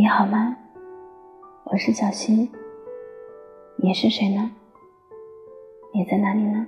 好吗？我是小溪，你是谁呢？你在哪里呢？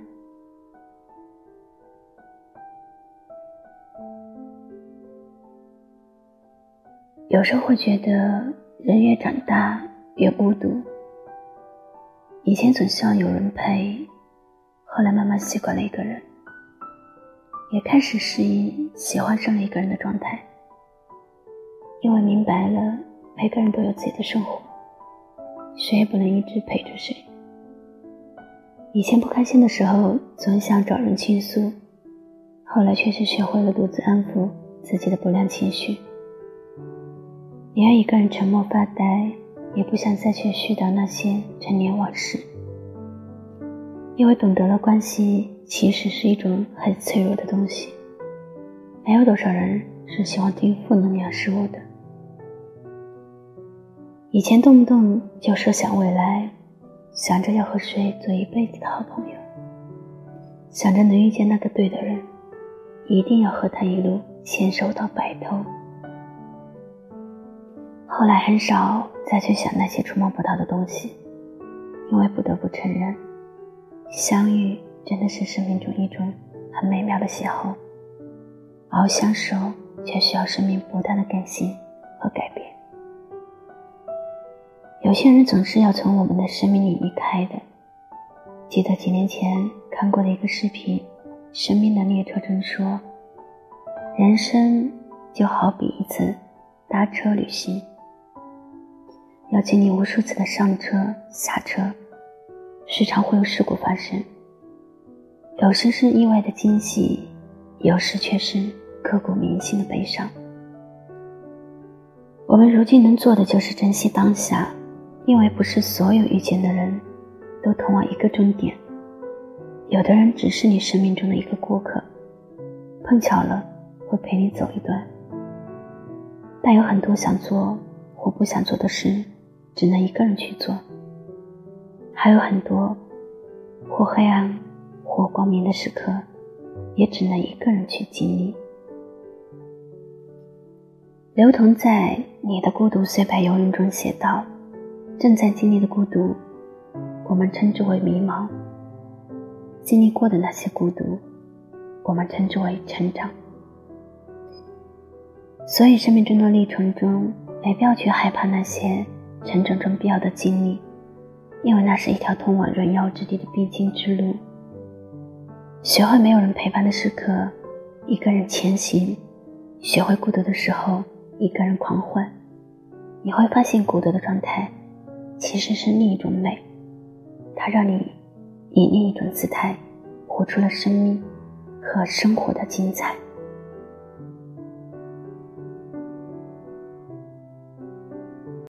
有时候会觉得人越长大越孤独，以前总希望有人陪，后来慢慢习惯了一个人，也开始适应喜欢上了一个人的状态，因为明白了每个人都有自己的生活，谁也不能一直陪着谁。以前不开心的时候总想找人倾诉，后来却是学会了独自安抚自己的不良情绪。宁愿一个人沉默发呆，也不想再去絮叨那些陈年往事，因为懂得了关系其实是一种很脆弱的东西，没有多少人是喜欢听负能量事物的。以前动不动就设想未来，想着要和谁做一辈子的好朋友，想着能遇见那个对的人，一定要和他一路牵手到白头。后来很少再去想那些触摸不到的东西，因为不得不承认，相遇真的是生命中一种很美妙的邂逅，而相守却需要生命不断的更新和改变。有些人总是要从我们的生命里离开的。记得几年前看过的一个视频，生命的列车中说，人生就好比一次搭车旅行，要经历无数次的上车下车，时常会有事故发生，有时是意外的惊喜，有时却是刻骨铭心的悲伤。我们如今能做的就是珍惜当下，因为不是所有遇见的人都通往一个终点，有的人只是你生命中的一个过客，碰巧了会陪你走一段，但有很多想做或不想做的事只能一个人去做，还有很多或黑暗或光明的时刻也只能一个人去经历。刘同在《你的孤独虽败犹荣》中写道，正在经历的孤独我们称之为迷茫，经历过的那些孤独我们称之为成长。所以生命中的历程中，没必要去害怕那些成长中必要的经历，因为那是一条通往荣耀之地的必经之路。学会没有人陪伴的时刻一个人前行，学会孤独的时候一个人狂欢，你会发现孤独的状态其实是另一种美，它让你以另一种姿态活出了生命和生活的精彩。